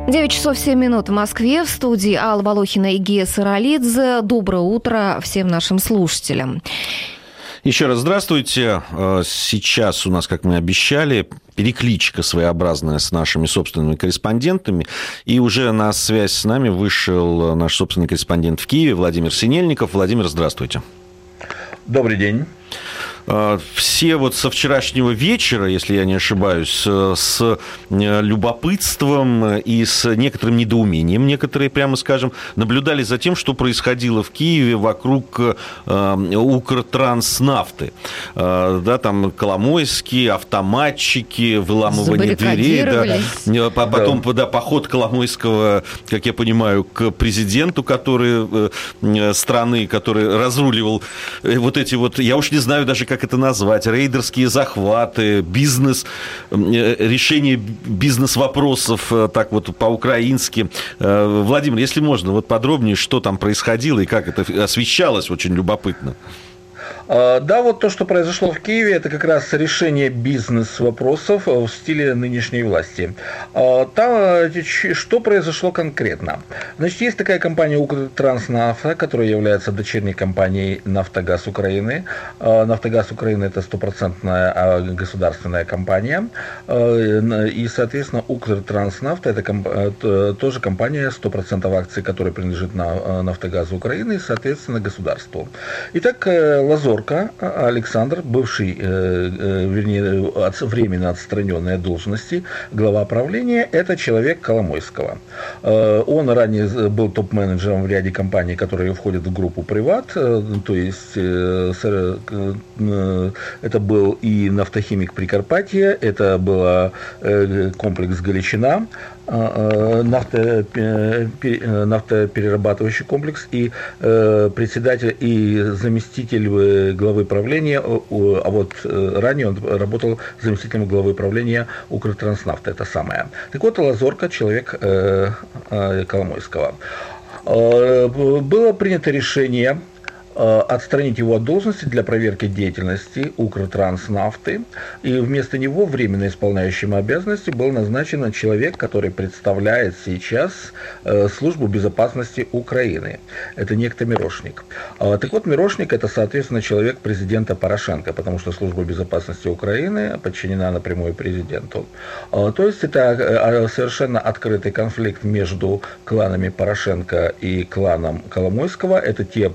9 часов 7 минут в Москве. В студии Алла Волохина и Гия Саралидзе. Доброе утро всем нашим слушателям. Еще раз здравствуйте. Сейчас у нас, как мы обещали, перекличка своеобразная с нашими собственными корреспондентами. И уже на связь с нами вышел наш собственный корреспондент в Киеве Владимир Синельников. Владимир, здравствуйте. Добрый день. Все вот со вчерашнего вечера, если я не ошибаюсь, с любопытством и с некоторым недоумением, некоторые, прямо скажем, наблюдали за тем, что происходило в Киеве вокруг Укртранснафты. Да, там Коломойские, автоматчики, выламывание дверей. Да. Потом поход Коломойского, как я понимаю, к президенту, страны, который разруливал вот эти вот, я уж не знаю даже, как это назвать, рейдерские захваты, бизнес, решение бизнес-вопросов, так вот по-украински. Владимир, если можно, вот подробнее, что там происходило и как это освещалось, очень любопытно. Да, вот то, что произошло в Киеве, это как раз решение бизнес-вопросов в стиле нынешней власти. Там, что произошло конкретно? Значит, есть такая компания «Укртранснафта», которая является дочерней компанией «Нафтогаз Украины». «Нафтогаз Украины» – это стопроцентная государственная компания. И, соответственно, «Укртранснафта» – это тоже компания 100% акций, которая принадлежит «Нафтогазу Украины» и, соответственно, государству. Итак, Лазорка Александр, бывший, временно отстраненный от должности глава правления, это человек Коломойского. Он ранее был топ-менеджером в ряде компаний, которые входят в группу «Приват», то есть это был и нафтохимик Прикарпатья, это был комплекс Галичина, нафтоперерабатывающий комплекс, и председатель и заместитель главы правления, а вот ранее он работал заместителем главы правления Укртранснафты, это самое. Так вот, Лазорка, человек Коломойского. Было принято решение отстранить его от должности для проверки деятельности Укртранснафты, и вместо него временно исполняющим обязанности был назначен человек, который представляет сейчас службу безопасности Украины. Это некто Мирошник. Так вот, Мирошник – это, соответственно, человек президента Порошенко, потому что служба безопасности Украины подчинена напрямую президенту. То есть это совершенно открытый конфликт между кланами Порошенко и кланом Коломойского. Это те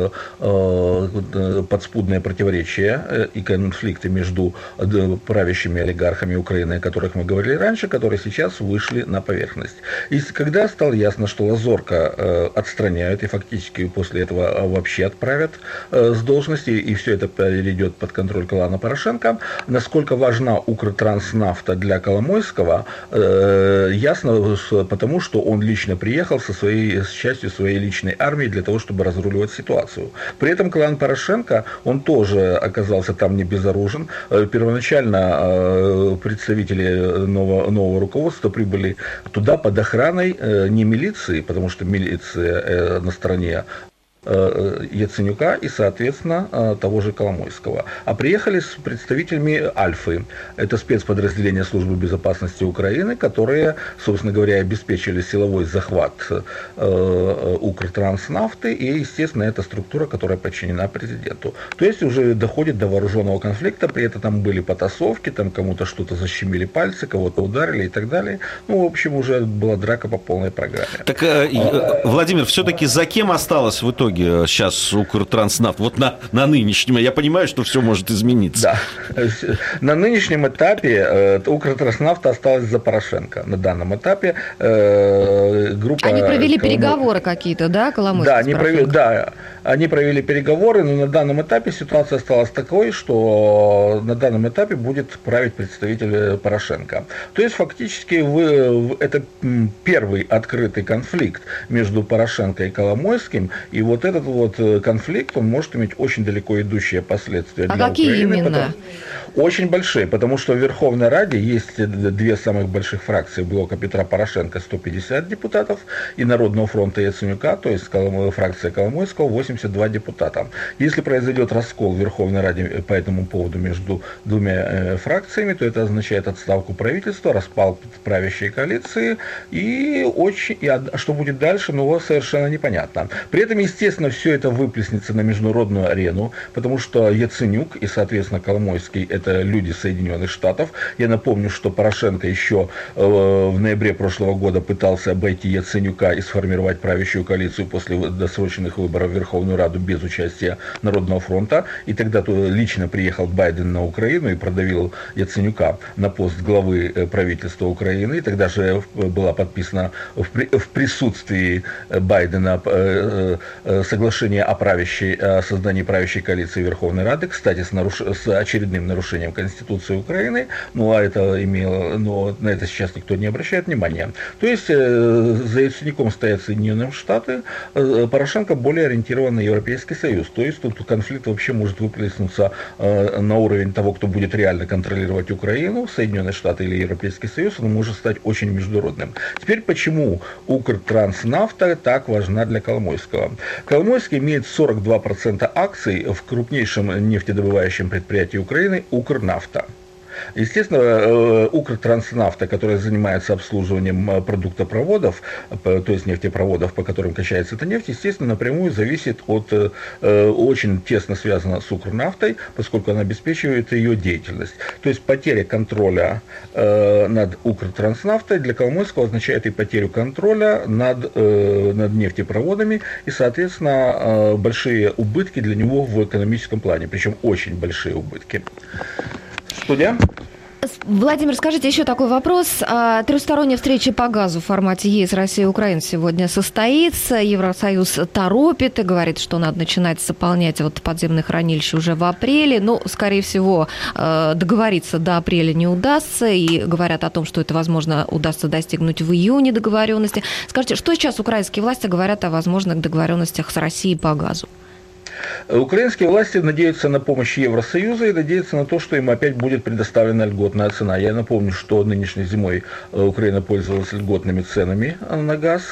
подспудные противоречия и конфликты между правящими олигархами Украины, о которых мы говорили раньше, которые сейчас вышли на поверхность. И когда стало ясно, что Лазорка отстраняют и фактически после этого вообще отправят с должности, и все это перейдет под контроль клана Порошенко, насколько важна Укртранснафта для Коломойского, ясно потому, что он лично приехал с частью своей личной армии для того, чтобы разруливать ситуацию. При этом клан Порошенко, он тоже оказался там не безоружен. Первоначально представители нового руководства прибыли туда под охраной не милиции, потому что милиция на стороне Яценюка и, соответственно, того же Коломойского. А приехали с представителями Альфы. Это спецподразделение службы безопасности Украины, которые, собственно говоря, обеспечили силовой захват Укртранснафты, и, естественно, это структура, которая подчинена президенту. То есть уже доходит до вооруженного конфликта, при этом там были потасовки, там кому-то что-то защемили пальцы, кого-то ударили и так далее. Ну, в общем, уже была драка по полной программе. Так, Владимир, все-таки за кем осталось в итоге сейчас Укртранснафт? Вот на нынешнем, я понимаю, что все может измениться. Да. На нынешнем этапе Укртранснафта осталась за Порошенко. На данном этапе группа... Они провели переговоры какие-то, да, Коломойский? Да, они провели переговоры, но на данном этапе ситуация осталась такой, что на данном этапе будет править представитель Порошенко. То есть фактически это первый открытый конфликт между Порошенко и Коломойским, и вот вот этот вот конфликт, он может иметь очень далеко идущие последствия для какие Украины. именно? Очень большие, потому что в Верховной Раде есть две самых больших фракции блока Петра Порошенко, 150 депутатов, и Народного фронта Яценюка, то есть фракция Коломойского, 82 депутата. Если произойдет раскол в Верховной Раде по этому поводу между двумя фракциями, то это означает отставку правительства, распал правящей коалиции, и что будет дальше, совершенно непонятно. При этом, естественно, все это выплеснется на международную арену, потому что Яценюк и, соответственно, Коломойский – это люди Соединенных Штатов. Я напомню, что Порошенко еще в ноябре прошлого года пытался обойти Яценюка и сформировать правящую коалицию после досрочных выборов в Верховную Раду без участия Народного фронта. И тогда лично приехал Байден на Украину и продавил Яценюка на пост главы правительства Украины. И тогда же была подписана в присутствии Байдена соглашение о создании правящей коалиции Верховной Рады, кстати, с очередным нарушением Конституции Украины, но на это сейчас никто не обращает внимания. То есть за Яценюком стоят Соединенные Штаты, Порошенко более ориентирован на Европейский Союз. То есть тут конфликт вообще может выплеснуться на уровень того, кто будет реально контролировать Украину, Соединенные Штаты или Европейский Союз, он может стать очень международным. Теперь почему Укртранснафта так важна для Коломойского? Коломойский имеет 42% акций в крупнейшем нефтедобывающем предприятии Украины Укрнафта. Естественно, Укртранснафта, которая занимается обслуживанием продуктопроводов, то есть нефтепроводов, по которым качается эта нефть, естественно, напрямую зависит очень тесно связана с Укрнафтой, поскольку она обеспечивает ее деятельность. То есть потеря контроля над Укртранснафтой для Коломойского означает и потерю контроля над нефтепроводами, и, соответственно, большие убытки для него в экономическом плане, причем очень большие убытки. Студия? Владимир, скажите, еще такой вопрос. Трехсторонняя встреча по газу в формате ЕС, Россия и Украина сегодня состоится. Евросоюз торопит и говорит, что надо начинать заполнять подземные хранилища уже в апреле. Но, скорее всего, договориться до апреля не удастся. И говорят о том, что это, возможно, удастся достигнуть в июне договоренности. Скажите, что сейчас украинские власти говорят о возможных договоренностях с Россией по газу? Украинские власти надеются на помощь Евросоюза и надеются на то, что им опять будет предоставлена льготная цена. Я напомню, что нынешней зимой Украина пользовалась льготными ценами на газ.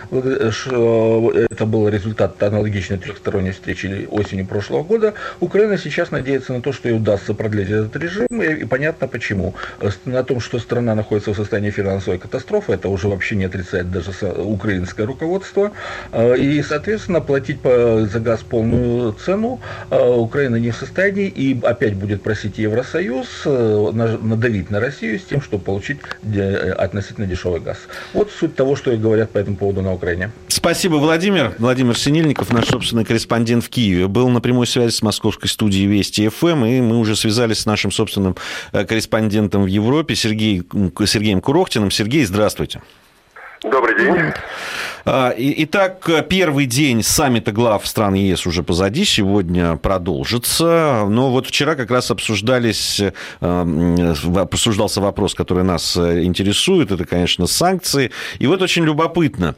Это был результат аналогичной трехсторонней встречи осенью прошлого года. Украина сейчас надеется на то, что ей удастся продлить этот режим, и понятно почему. На том, что страна находится в состоянии финансовой катастрофы, это уже вообще не отрицает даже украинское руководство. И, соответственно, платить за газ полную цену Украина не в состоянии и опять будет просить Евросоюз надавить на Россию с тем, чтобы получить относительно дешевый газ. Вот суть того, что говорят по этому поводу на Украине. Спасибо, Владимир. Владимир Синельников, наш собственный корреспондент в Киеве, был на прямой связи с московской студией Вести ФМ, и мы уже связались с нашим собственным корреспондентом в Европе Сергеем Курохтиным. Сергей, здравствуйте. Добрый день. Итак, первый день саммита глав стран ЕС уже позади, сегодня продолжится. Но вот вчера как раз обсуждался вопрос, который нас интересует, это, конечно, санкции. И вот очень любопытны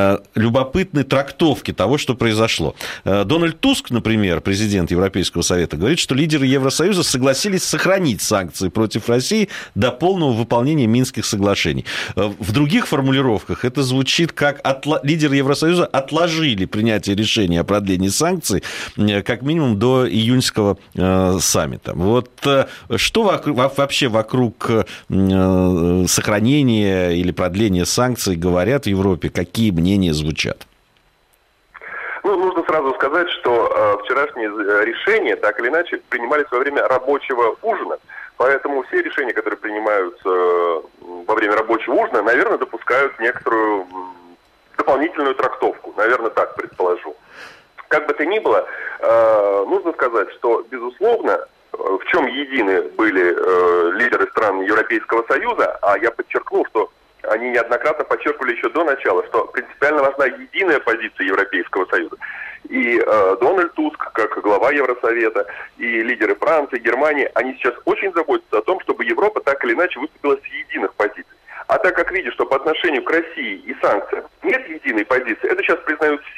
трактовки того, что произошло. Дональд Туск, например, президент Европейского совета, говорит, что лидеры Евросоюза согласились сохранить санкции против России до полного выполнения Минских соглашений. В других формулировках это звучит как лидеры Евросоюза отложили принятие решения о продлении санкций как минимум до июньского саммита. Вот что вообще вокруг сохранения или продления санкций говорят в Европе? Какие мнения звучат? Нужно сразу сказать, что вчерашние решения так или иначе принимались во время рабочего ужина. Поэтому все решения, которые принимаются во время рабочего ужина, наверное, допускают некоторую дополнительную трактовку. Наверное, так предположу. Как бы то ни было, нужно сказать, что, безусловно, в чем едины были лидеры стран Европейского Союза, а я подчеркну, что они неоднократно подчеркивали еще до начала, что принципиально важна единая позиция Европейского Союза. И Дональд Туск, как глава Евросовета, и лидеры Франции, Германии, они сейчас очень заботятся о том, чтобы Европа так или иначе выступила с единых позиций. А так как видишь, что по отношению к России и санкциям нет единой позиции, это сейчас признают все,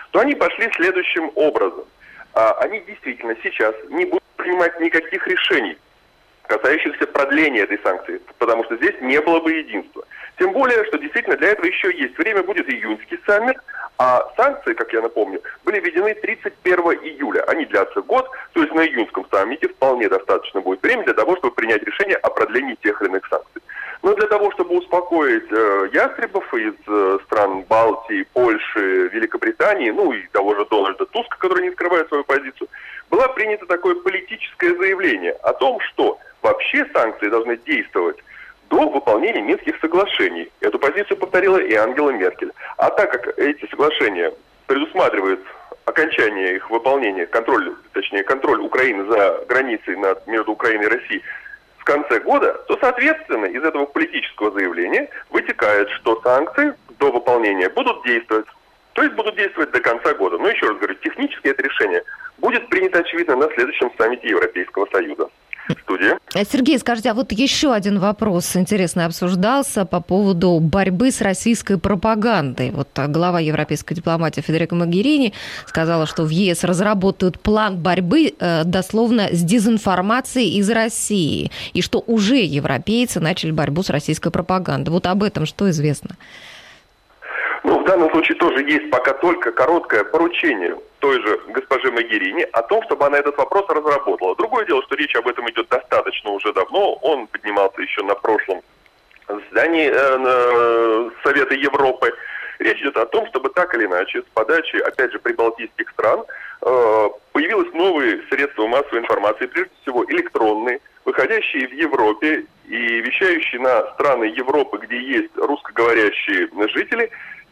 то они пошли следующим образом. Они действительно сейчас не будут принимать никаких решений, касающихся продления этой санкции, потому что здесь не было бы единства. Тем более, что действительно для этого еще есть время, будет июньский саммит, а санкции, как я напомню, были введены 31 июля. Они длятся год, то есть на июньском саммите вполне достаточно будет времени для того, чтобы принять решение о продлении тех или иных санкций. Но для того, чтобы успокоить ястребов из стран Балтии, Польши, Великобритании, ну и того же Дональда Туска, который не скрывает свою позицию, было принято такое политическое заявление о том, что вообще санкции должны действовать до выполнения Минских соглашений. Эту позицию повторила и Ангела Меркель. А так как эти соглашения предусматривают окончание их выполнения, контроль Украины за границей между Украиной и Россией в конце года, то, соответственно, из этого политического заявления вытекает, что санкции до выполнения будут действовать. То есть будут действовать до конца года. Но еще раз говорю, технически это решение будет принято, очевидно, на следующем саммите Европейского Союза. Студия. Сергей, скажите, а вот еще один вопрос интересный обсуждался по поводу борьбы с российской пропагандой. Вот глава европейской дипломатии Федерико Могерини сказала, что в ЕС разработают план борьбы дословно с дезинформацией из России, и что уже европейцы начали борьбу с российской пропагандой. Вот об этом что известно? Ну, в данном случае тоже есть пока только короткое поручение той же госпожи Могерини о том, чтобы она этот вопрос разработала. Другое дело, что речь об этом идет достаточно уже давно. Он поднимался еще на прошлом заседании Совета Европы. Речь идет о том, чтобы так или иначе с подачи, опять же, прибалтийских стран появились новые средства массовой информации, прежде всего электронные, выходящие в Европе и вещающие на страны Европы, где есть русскоговорящие жители,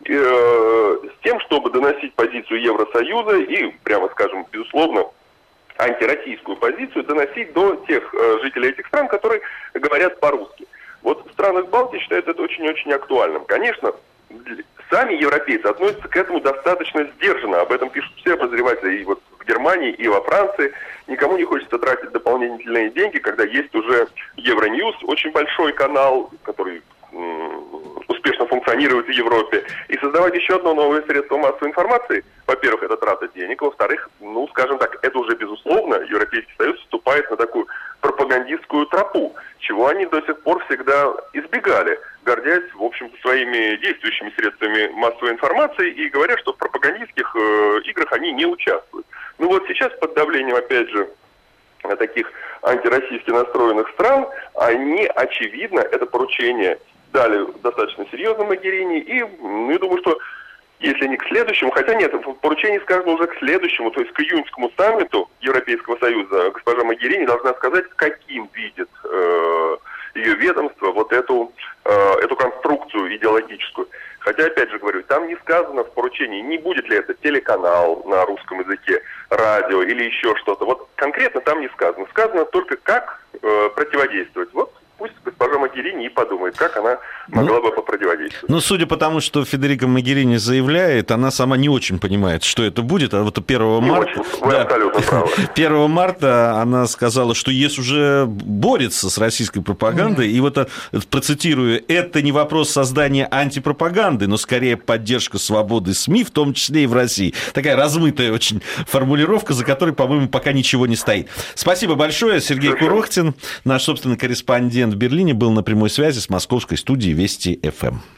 с тем, чтобы доносить позицию Евросоюза и, прямо скажем, безусловно, антироссийскую позицию доносить до тех жителей этих стран, которые говорят по-русски. Вот в странах Балтии считают это очень-очень актуальным. Конечно, сами европейцы относятся к этому достаточно сдержанно. Об этом пишут все обозреватели и вот в Германии, и во Франции. Никому не хочется тратить дополнительные деньги, когда есть уже Евроньюз, очень большой канал, который успешно функционирует в Европе, и создавать еще одно новое средство массовой информации. Во-первых, это трата денег, во-вторых, ну, скажем так, это уже безусловно Европейский Союз вступает на такую пропагандистскую тропу, чего они до сих пор всегда избегали, гордясь, в общем-то, своими действующими средствами массовой информации и говоря, что в пропагандистских играх они не участвуют. Ну вот сейчас под давлением, опять же, таких антироссийски настроенных стран, они, очевидно, это поручение дали достаточно серьезно Могерини, и я думаю, что если не к следующему, хотя нет, в поручении сказано уже к следующему, то есть к июньскому саммиту Европейского Союза, госпожа Могерини должна сказать, каким видит ее ведомство вот эту конструкцию идеологическую. Хотя, опять же говорю, там не сказано в поручении, не будет ли это телеканал на русском языке, радио или еще что-то. Вот конкретно там не сказано. Сказано только, как противодействовать. Вот пусть госпожа Могерини и подумает, как она могла бы попротиводействовать. Ну, судя по тому, что Федерико Могерини заявляет, она сама не очень понимает, что это будет. А вот 1 марта... Вы абсолютно правы. 1 марта она сказала, что ЕС уже борется с российской пропагандой. И вот, процитирую, это не вопрос создания антипропаганды, но скорее поддержка свободы СМИ, в том числе и в России. Такая размытая очень формулировка, за которой, по-моему, пока ничего не стоит. Спасибо большое. Сергей Курохтин, наш собственный корреспондент в Берлине, был на прямой связи с московской студией Вести ФМ.